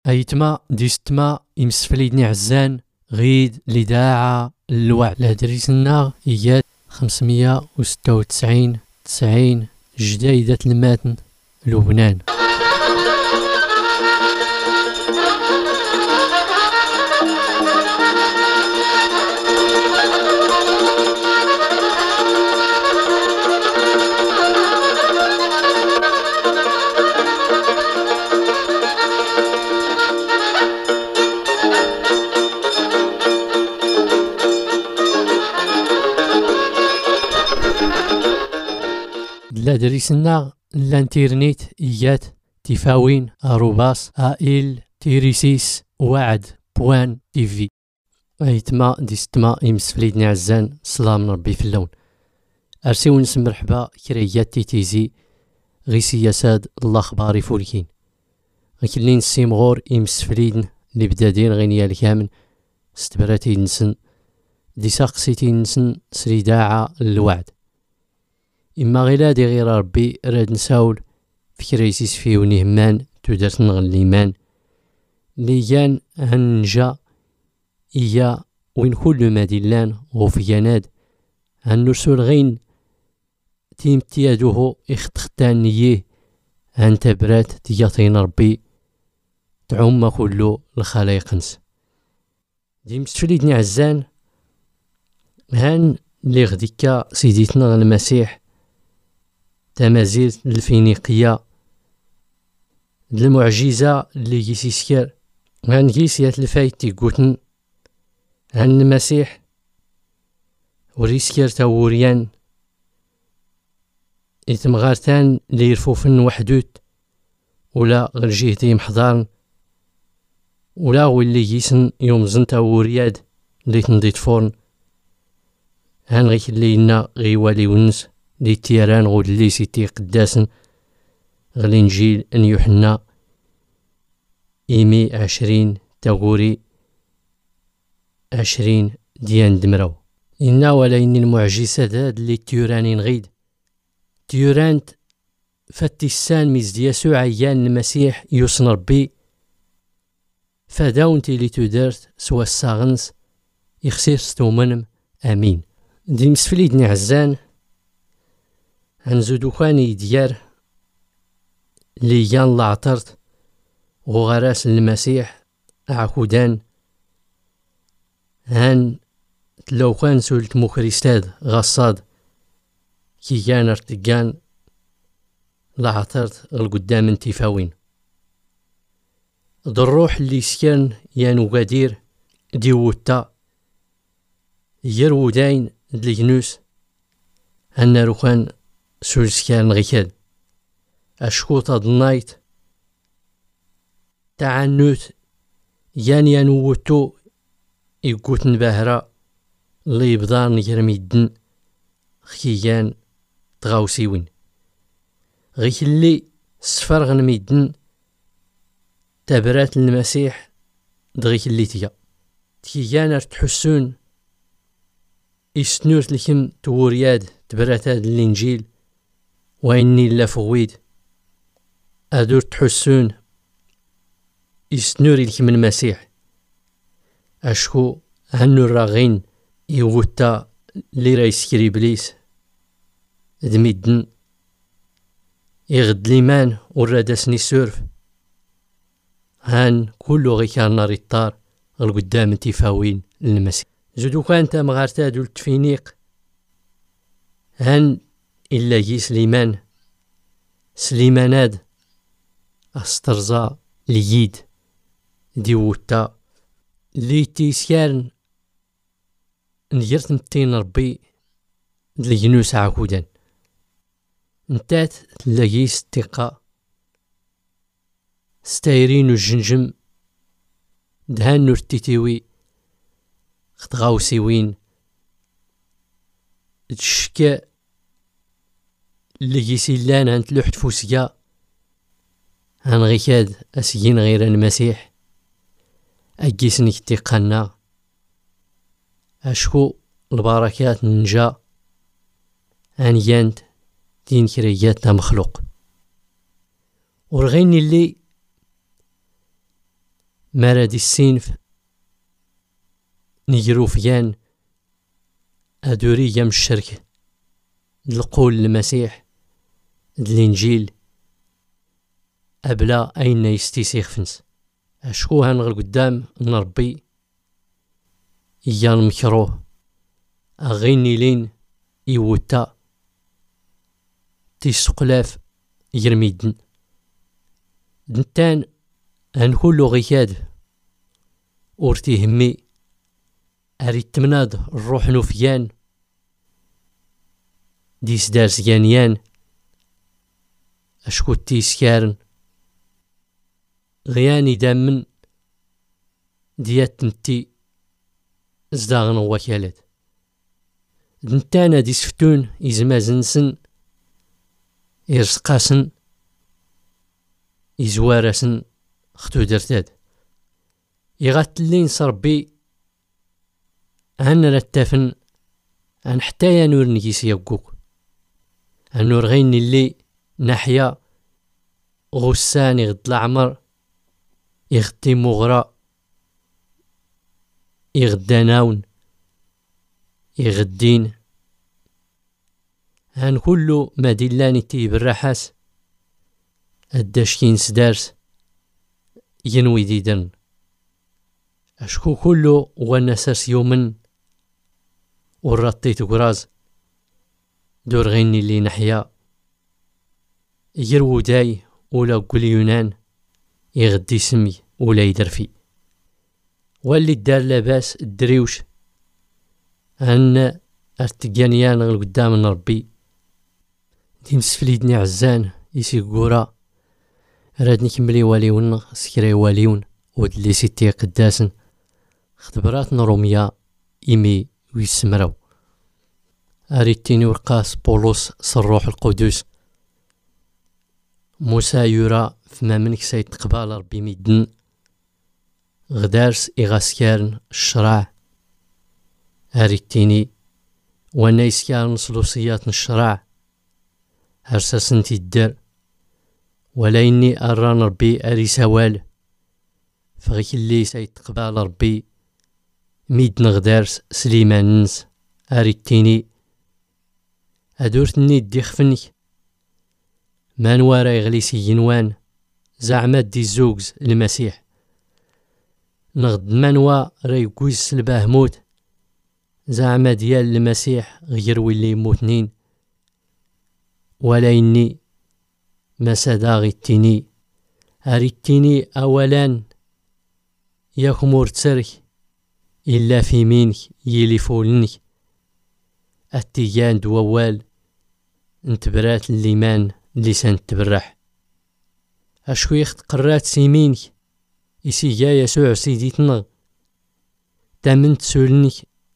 أيتما ديستما يمسفليدني عزان غيد لداعة الوعد لهدريسنا إيات 596 90 جديدة الماتن لبنان. لهدريسنا الانترنت إيات تفاوين أروباس آئل تيريسيس وعد بوان تيفي. أيتما ديستما يمسفليدني عزان سلام ربي في اللون. أرسيو نسم مرحبا كريات تيتيزي غي سياساد الله خباري فولكين غيكلين السيمغور يمسفليدن اللي بدادين غينيا الكامن استبراتي نسن دي ساقسيتي نسن سريداعة الوعد. إما غيلادي غير ربي راد نساول فكريسيس فيه ونهمان تودرت نغليمان ليان هنجا إيا وين كل ما ديلان غوفياناد هنرسول غين تيمتيادوه اختختان نيه هنتبرات تياطين ربي تعم كله الخلايقنس دي مستفليدني عزان هان اللي غديكا سيديتنا المسيح تمازيل الفينيقية المعجزة اللي يسيسكر هان جيسيات الفايت تيقوتن هان المسيح وريسكر تاوريان يتمغارتان اللي يرفوفن وحدوت ولا غير جهتي محضارن ولا واللي يسن يومزن تاورياد اللي تنضيت فورن هان غيك اللي ينا غيوالي ونس لي تيران غود اللي سيتي قداسن غلينجيل ان يوحنا إيمي 20 تاغوري 20 ديان دمراو إنا ولا إن المعجزة داد اللي تيورانين غيد تيورانت فتيسان ميزد يسوع عيان المسيح يوصن ربي فداونتي اللي تدرت سوا الساغنس يخسير ستومنم امين. دي مسفليدني عزان هنزودو كاني ديار ليان لعطرت وغراس المسيح عكودان هان لو كان سولت مكريستاد غصاد كي كان ارتقان لعطرت القدام انتفاوين الروح اللي سكن يانو قدير ديوتا يرو داين دلينوس هن روخان سولسكان غيكاد اشكوطا دنايت تعنوت يانو وطو يقوتن باهرا اللي يبدان يرميدن خيان تغاوسيوين غيك اللي سفرغن ميدن تبرات المسيح دغيك اللي تيجانا تحسون يسنورت لكم تورياد تبرات هاد الانجيل واني لا فويد ادور تحسون يسنوري لكم المسيح اشكو هنو الراغين يوتا لي رايسكري بليس دميدن يغد ليمان ورادسني سورف هان كله غي كان نار الطار القدام انتفاوين للمسيح زودو كانت مغارتا دول تفينيق هان إلا جي سليماناد أسترزا ليد ديوتا لي تيسكارن نجرت نتين ربي دلينوس عكودان نتات تلاقي استقاء ستايرين الجنجم دهان نورتيتيوي خطغاوسيوين تشكا اللي يسيلان هانت لوحد فوسيا هان غيكاد اسيين غير المسيح اجيسني تيقنا اشكو البركات ننجا هانيانت دين كرياتنا مخلوق ورغيني اللي مرادي السينف نجرو فيان أدوري يم الشرك القول المسيح الإنجيل أبلا أين يستيسيخ فنس أشكو هنغل قدام نربي إيان المكروه أغيني لين إيوتا تيسقلاف يرميدن دنتان هنكولو غيكاد أورتي همي أريد تمناد الروح نوفيان ديس دار زيانيان أشكو تيسكارن غياني دامن ديات نتي زداغن وكالات دنتانا ديس فتون إزمازنسن إرسقاسن إزوارسن ختو درتاد يغاتلين صربي هن رتافن هن حتى ينور نجيس يقوك هنور غين اللي نحيا غسان يغد العمر يغدي مغرى يغداناون يغدين هن كلو ما دلاني تيب الرحاس الداشكين سدارس ينوي ديدن أشكو كلو ونساس يومن ورطيت قراز دور غيني اللي نحيا يرو داي ولا قول يونان يغدي سمي ولا يدرفي واللي دار لاباس الدريوش هن ارتقانيان غل قدام ربي ديمس فليدني عزان يسي قورا راد نكملي واليون سكري واليون ودلي سيتي قداسن خدبرات نروميا إيمي ويسمراو أريتيني ورقاس بولوس صروح القدوس موسى يورا فما منك سيد قبال ربي ميدن غدارس إغاسكارن الشراع أريتيني وانا يسكارن سلوسيات الشراع هرساسن تيدر ولا إني أران ربي أري سوال فغيك اللي سيد قبال ربي ميدن غدارس سليمان نس أريتيني أدورتني ديخفنك ما نوارا يغليسي ينوان زعما دي زوجز المسيح نغد منوا راي قويس سلباه موت زعما ديال المسيح غير واللي يموتنين ولا إني ما سداغي التيني أريتيني أولا ياك مورتسرك إلا في مينك يليفولنك التيجان دووال انتبرات الليمان لسان تبرح أشكو يخت قرات سيمينك إسي جا يسوع سيدي تنغ تامن تسولنك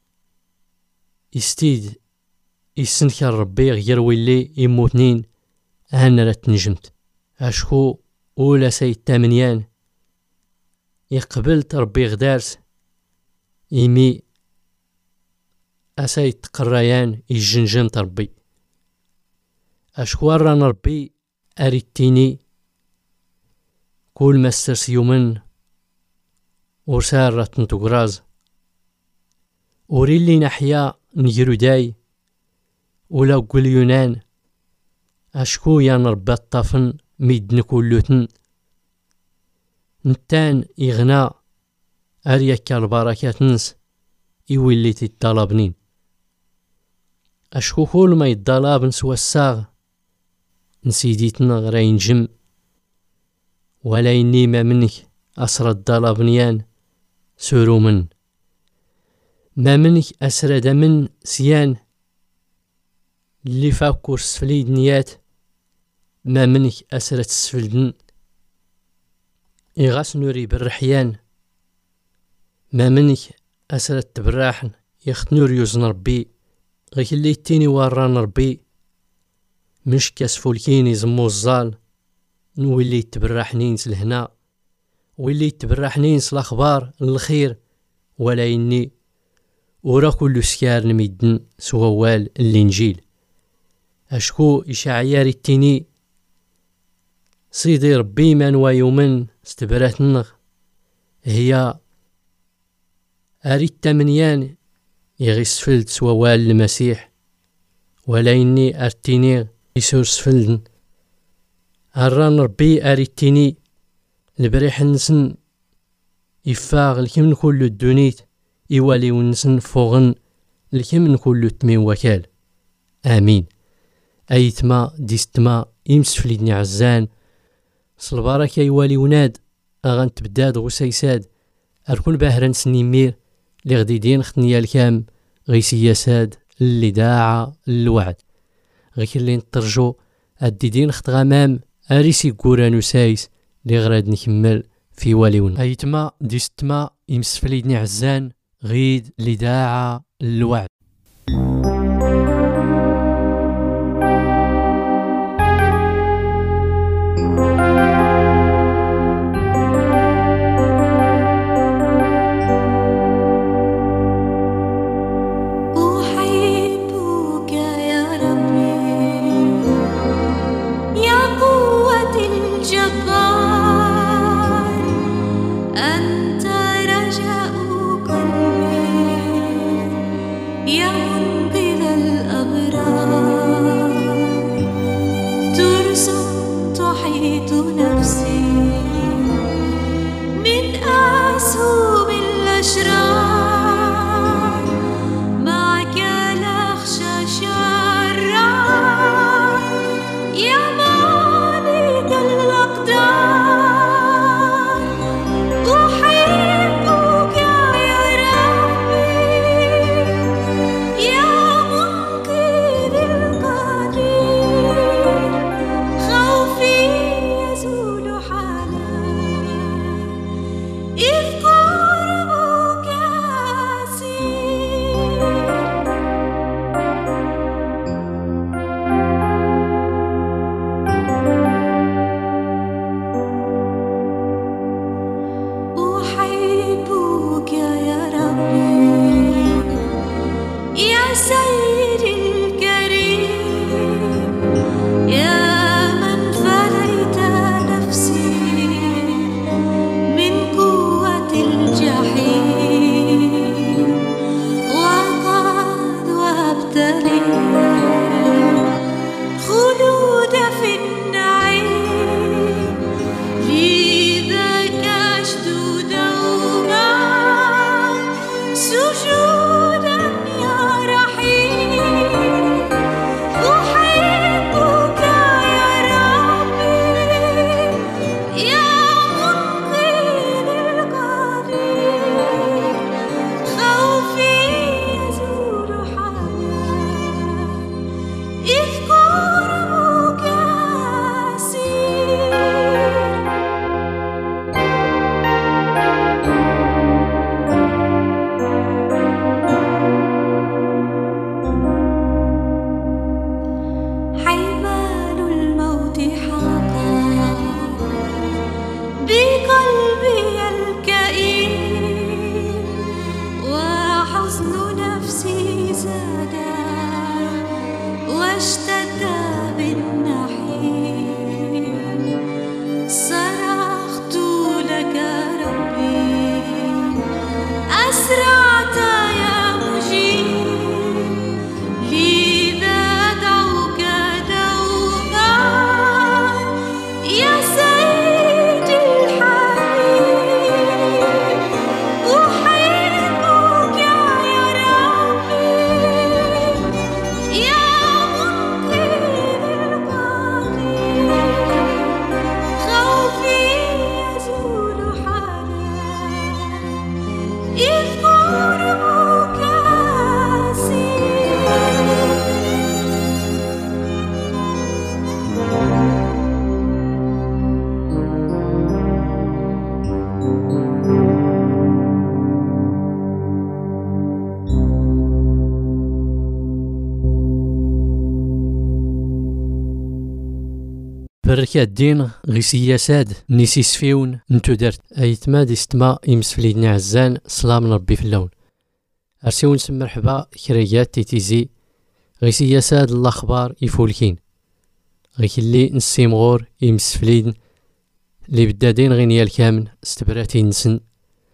إستيد إسنك ربي غير ويلي يموتنين هانا رات نجمت أشكو أولا سيد تامنيان يقبلت ربي غدارس إيمي أسايد تقريان يجنجن ربي أشكو ران ربي أريتيني كل ما استرس يومن ورسارة نتقراز وريلي نحيا نجرو داي ولا قول يونان أشكو يا نربى الطفن ميدن كلوتن نتان إغنى أريك البركات نس إولي تطلبنين أشكو كل ما يطلب نسوى الساغ نسيديتنا غراين جم ولا إني ما منك أسرى الضلابنيان سورو من ما منك أسرد من سيان اللي فاكور سفليد نيات ما منك أسرد سفلدن إغاس نوري بالرحيان ما منك أسرد تبراحن يختنور يوزن ربي غيك اللي تيني وران ربي مش كاسفولكيني زمو الزال نولي تبرحنين سلهنا واللي تبرحنين سلاخبار الخير ولا إني ورا كل سكار نميدن سووال الإنجيل أشكو إشعيار التيني سيدي ربي من ويومن استبرات النغ هي أريد تمنيان يغسفلد سوال المسيح ولا إني أرتيني يسوس فلدن أران ربي أريتيني البريح نسن يفاغ الكم كل الدنيت إيوالي ونسن فوغن الكم كل تمين وكال. آمين. أيتما ديستما يمسفليدني عزان صلبارك يوالي وناد أغان تبداد غسيساد أركون باهران سنيمير لغديدين ختنيا الكام غي سياساد اللي داعا الوعد غير اللي نترجو الديدين خط غمام أريسي قورانو سايس لغراد نكمل في واليون. أيتما ديستما يمسفليدني عزان غيد اللي داعا الوعد. بركة الدين غي سياساد نيسي سفيون نتو درت أيتما ديستما يمسفليدني عزان سلام ربي في اللون أرسيون سم مرحبا كريات تيتيزي غي سياساد الأخبار يفولكين غي كلي نسيمغور يمسفليدن اللي بدادين غينيا الكامن استبراتي نسن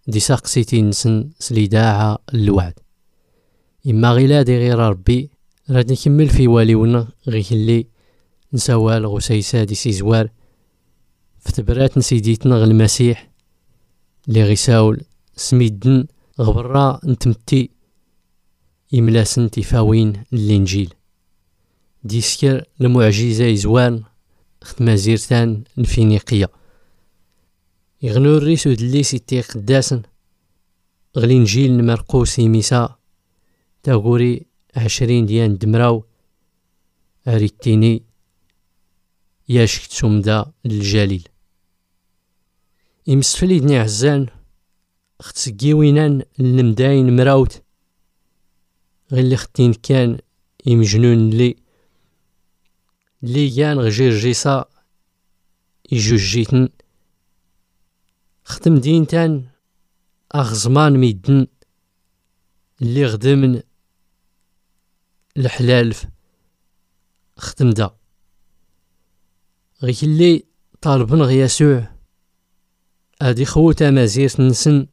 دي ساقسيتي نسن سليداعة الوعد إما غيلادي غير ربي راد نكمل في واليونا غير اللي نسوال غسيسا دي سيزوار فتبرات نسيديتنا غ المسيح اللي غيساول سميدن غبرا نتمتي إملاسن تفاوين الإنجيل ديسكر المعجزة يزوان ختما زيرتان الفينيقية يغنو الريس ودلي سيتي قداسن غلينجيل مرقوس يميسا تاغوري 20 ديان دمراو أريتيني ياشكت سمدا للجليل إمسفلي دني عزان ختسقيوينان المداين مراوت غير اللي ختين كان يمجنون اللي كان غجير جيسا يجوجيتن ختم دينتان أغزمان ميدن اللي غدمن الحلالف ختم دا غير اللي طالبن غ يسوع ادي خوتا مازيرت نسن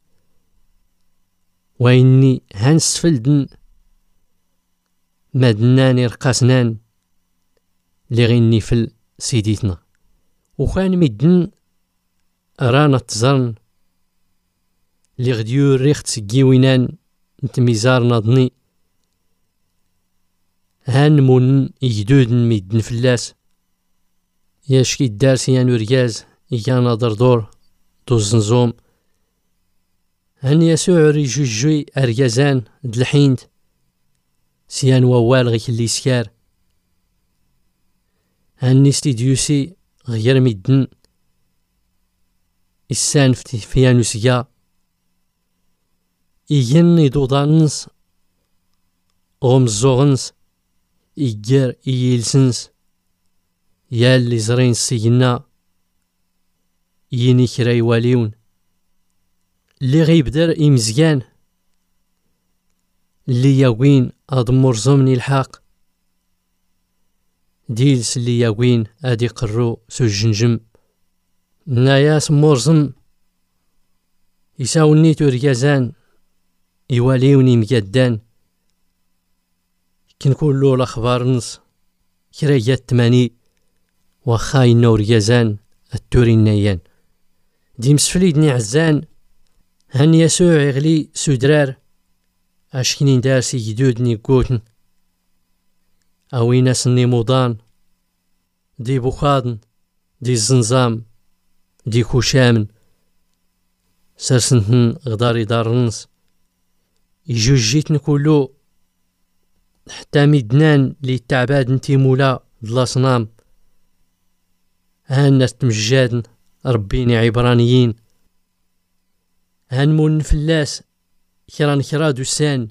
وإني هنسفلدن مادناني رقاسنان اللي غيني في سيديتنا وخان ميدن رانا تزرن اللي غديو ريخ تسقيوينان نتميزار ناضني هان مون يجدودن ميدن فلاس ياشكي الدارسيان ورياز يكان دردور دوز نزوم هن يسوع ريجوجوي أريازان دلحينت سيان ووال غيك اللي سكار هن ستيديوسي غير ميدن السان فيانوسيا إيجن يدودانس غمزوغنس إيجار إيلسنس يا اللي زرين سيجنا يني كراي واليون اللي غيبدر إمزيان اللي ياوين أضمر زمني الحاق ديلس اللي ياوين أدي قرو سجنجم ناياس مرزم يساوني توريازان يواليوني مجدان كنقولو الأخبار نص كرايات تماني وخاين نوريازان التوري النيان دي مسفليدني عزان هن يسوع يغلي سودرار عشكنين دارسي يدودني قوتن أوينا سني موضان دي بوخادن دي الزنزام دي كوشامن سرسنتن غداري دارنس يجوجيتن كلو حتى ميدنان لي التعباد نتي مولا دلاصنام هان ناس تمجادن ربيني عبرانيين هان مون فلاس كرا دوسان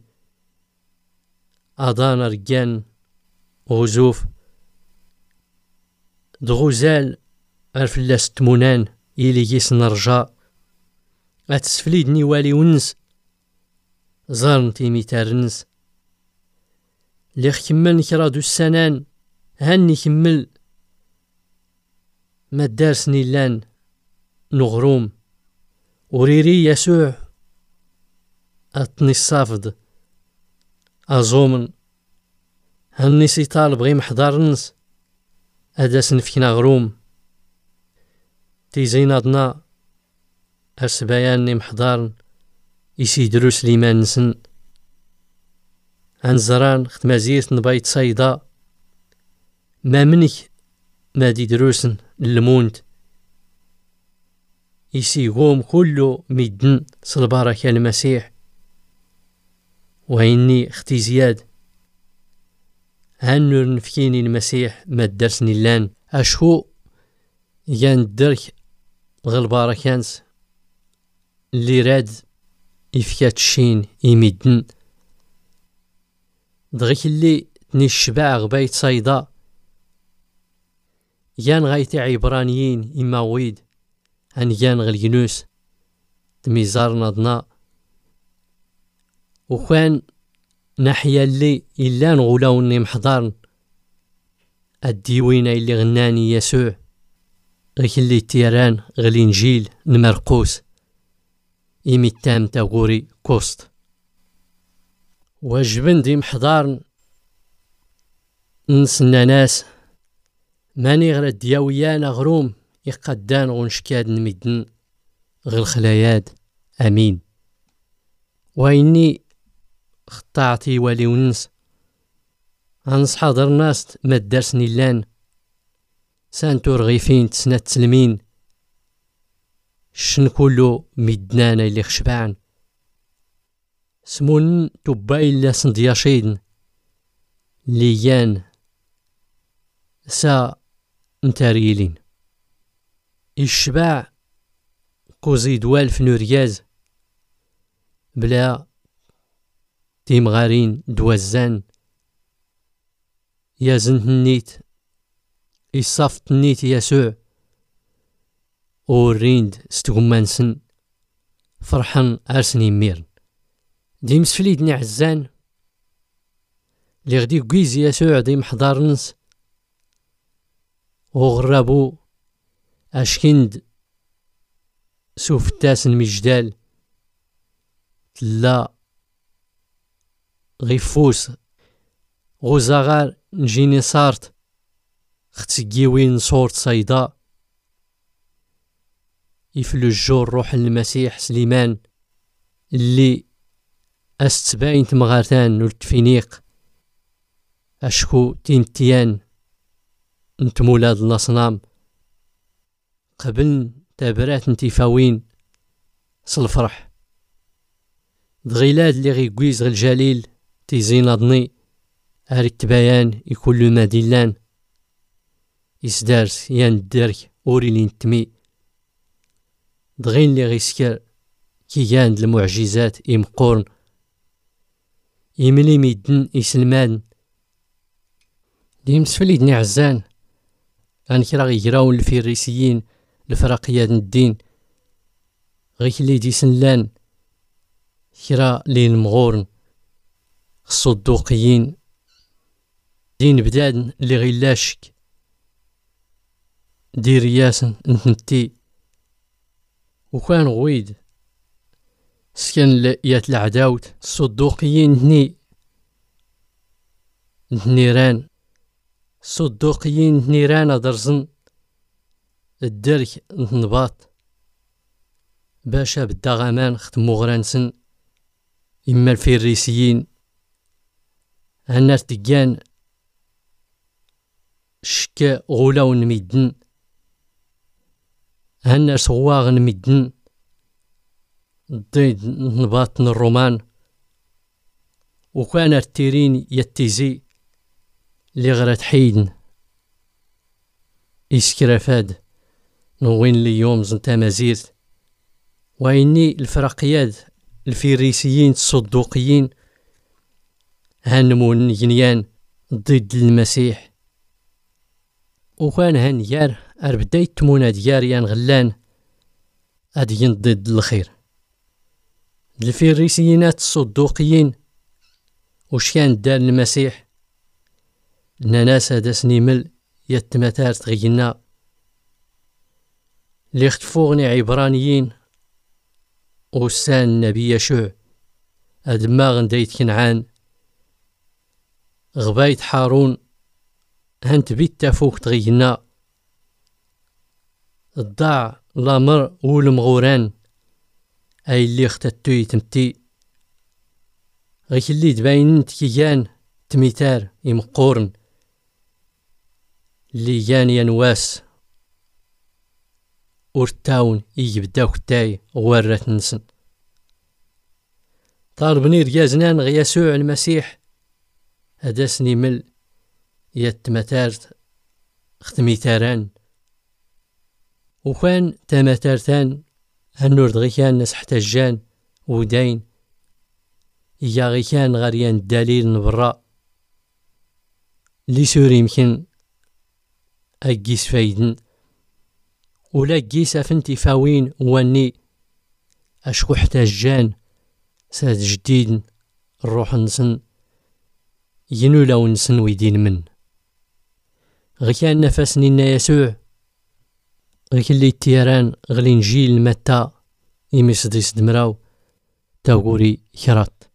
أضانا رجان غزوف دغوزال الفلاس تمونان إلي يسن رجاء أتسفليدني والي ونس زارن تيمي تارنس لي خكمل كرا دوسانان هاني كمل ما دارسني لان نغروم وريري يسوع أطني الصافد أزومن هني سي طالب غي محضرنس أداسن فينا غروم تيزينادنا أرسباياني محضارن يسي دروس ليمان نسن هنزران ختمازيرت نبايت صيدا ما منك ما دي دروسن المونت يسي غوم كله ميدن صلبارك المسيح وإني اختي زياد هنور نفكيني المسيح ما درسني لان أشهو يان الدرك غالباركانس اللي راد يفكات الشين يميدن دغيك اللي تني الشباع غبايت صيدا يان غايتي عبرانيين إما ويد هن يان غالجنوس تميزار نضنا وكان ناحية اللي إلا نغولاوني محضارن الديوينة اللي غناني يسوع غيك اللي تيران غالإنجيل نمرقوس إيميتام تاغوري كوست. واجبن دي محضار نسنا ناس ماني غير دياويان غروم يقدان ونشكاد نمدن غير الخلاياد أمين. وإني خطاعتي والي ونس غنص حاضر ناس ما دارسني لان سانتو رغيفين تسنة تسلمين شن كلو مدنانا اللي خشبعن سمون توباي لا صندياشيدن ليان سا نتاريلين الشباع كوزي دوال في نورياز بلا تيمغارين دوازان يازن النيت يصافت النيت يسوع وريند ستغمانسن فرحان ارسني ميرن ديم سفليدني عزان لي غدي كويز يسوع ديم حضارنس وغرابو اشكند سوف تاسن مجدال تلا غيفوس غوزاغار نجيني صارت ختسكيوين صورت صيدا يفلو الجور روح المسيح سليمان اللي استباين تمغارتان والتفينيق اشكو تيمتيان نتمولاد النصنام قبل تابرات نتيفاوين صالفرح دغيلاد اللي غيكويز الجليل تيزين اضني هاري التبايان يكون له ماديلان يسدارس يان الدرك اوري لين تمي دغين اللي غيسكر كيان المعجزات يمقورن يملي ميدن يسلمان ديم سفليدني عزان غان كرا غيقراون الفريسيين الفرقيات الدين غيك اللي ديسنلان كرا لين مغورن الصدوقيين دين بدادن اللي غيلاشك دير ياسن انتي وكان غويد سكن يات العداوت الصدوقيين نيران الصدوقيين نيران درزن الدرك نباط باشا بالدغمان ختمو غرانسن إما الفريسيين هالناس ديان شكا غولاو نميدن هالناس غواغ نميدن ضيد نباطن الرومان وكان التيرين يتيزي اللي غرات حيدن إسكرافاد نوين اليوم زنتا مزيرت وإني الفرقيات الفريسيين الصدوقيين هانمون ينيان ضد المسيح وكان هانيار أربدايت تمونا دياريان غلان أدين ضد الخير الفريسيينات الصدوقيين وش كان دار المسيح لنا ناس هذا سنيمل يتمتار تغينا اللي اختفوغني عبرانيين وسان النبي يشوع أدماغ دايت كنعان غبايت حارون هانت بيت تافوك تغينا الضاع لامر والمغوران أي اللي اختتو يتمتي غيك اللي تباين تكيان تميتار يمقورن اللي يان ينواس ورتاون يجبداو كتاي غوارات نسن طالبني رجازنان غيسوع المسيح هذا سنيمل يتمتارت ختميتاران وكان تمتارتان هنور دغيكان ناس حتاجان وداين يا غيكان غاريان الدليل نبرا لي سوري يمكن أجيس فايدن ولا جيس أفنتي فاوين واني أشكو حتاجان ساد جديد الروح نسن ينو لو نسن ويدين من غيكان نفسني يسوع غيك اللي تيران غلي نجيل متى إميس ديس دمراو تاغوري كرات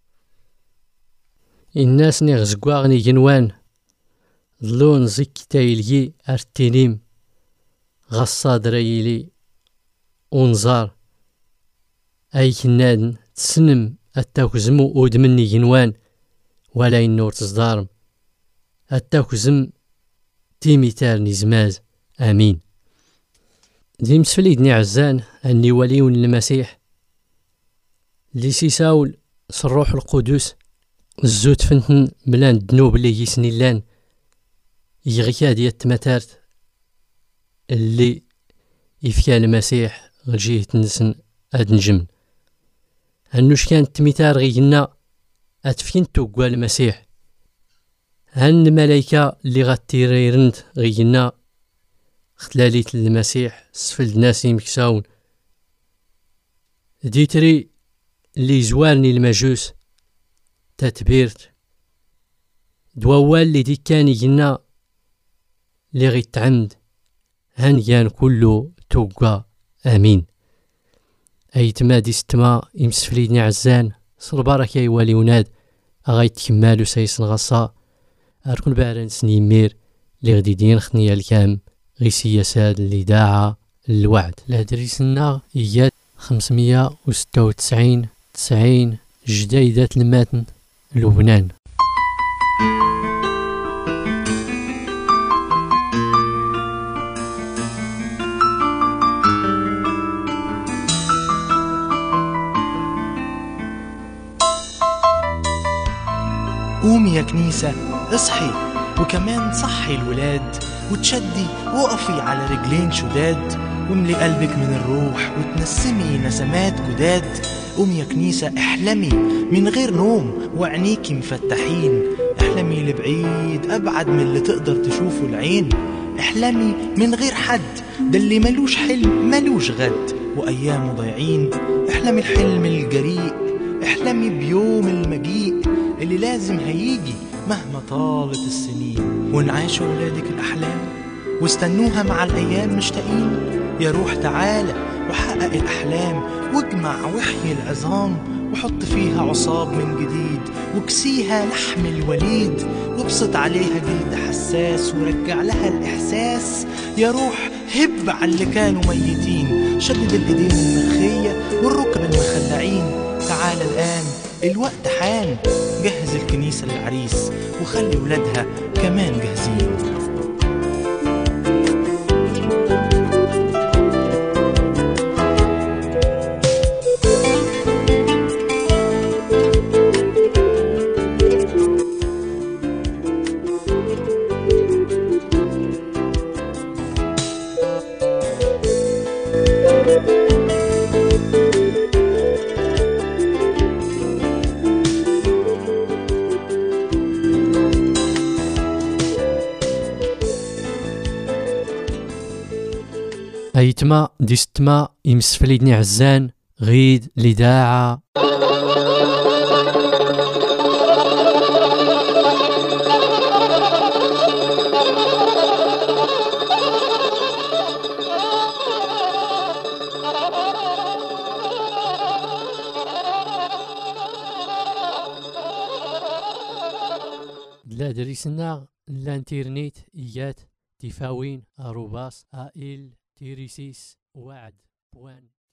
الناس نغزقواغني جنوان ظلون زك تايلي أرتينيم غصاد ريلي أنظار أي كنادن تسنم التاكزمو أود مني جنوان ولا النور تصدارم التاكزم تيميتار نزماز آمين. ديم سفليدني عزان أني وليون المسيح لي سيساول صروح القدس الزوت فنتن بلان الذنوب اللي يسني لان يغيكا ديال التماتارت اللي يفكا المسيح غجيه تنسن هاد نجم هنوش كان التميتار غينا اتفين توقوا المسيح هن الملايكة اللي غتيريرند غينا اختلاليت المسيح سفل ناس يمكساون ديتري اللي زوالني المجوس تتبيرت دواوال اللي دي كان يجينا اللي غيتعمد هنجان كله توقع آمين. أيتما دي ستما يمسفليدني عزان صربارك أي والي وناد أغايت كمالو سيسن غصا أركن بارن سني مير اللي غدي دين خنيا الكام غي سياسات اللي داعا الوعد لهدريسنا إياد 596 90 جديدة الماتن لبنان. قومي يا كنيسة اصحي وكمان صحي الولاد وتشدي وقفي على رجلين شداد واملي قلبك من الروح وتنسمي نسمات جداد. قومي يا كنيسة احلمي من غير نوم وعينيكي مفتحين، احلمي لبعيد ابعد من اللي تقدر تشوفه العين. احلمي من غير حد، ده اللي ملوش حلم ملوش غد وايامه ضايعين. احلمي الحلم الجريء، احلمي بيوم المجيء اللي لازم هيجي مهما طالت السنين. ونعاشوا ولادك الأحلام واستنوها مع الأيام مشتاقين. يا روح تعالى وحقق الأحلام واجمع وحي العظام وحط فيها عصاب من جديد وكسيها لحم الوليد وابسط عليها جلد حساس ورجع لها الإحساس. يا روح هب على اللي كانوا ميتين، شدد الإيدين المخية والركب المخلعين. تعالى الآن الوقت حان، جهز الكنيسة للعريس وخلي ولادها كمان جاهزين. أيتما ديستما يمسفليدني عزان غيد لداعة. لا دريسنا الانترنت إيات تفاوين أروباس آئل تيريسيس وعد بوان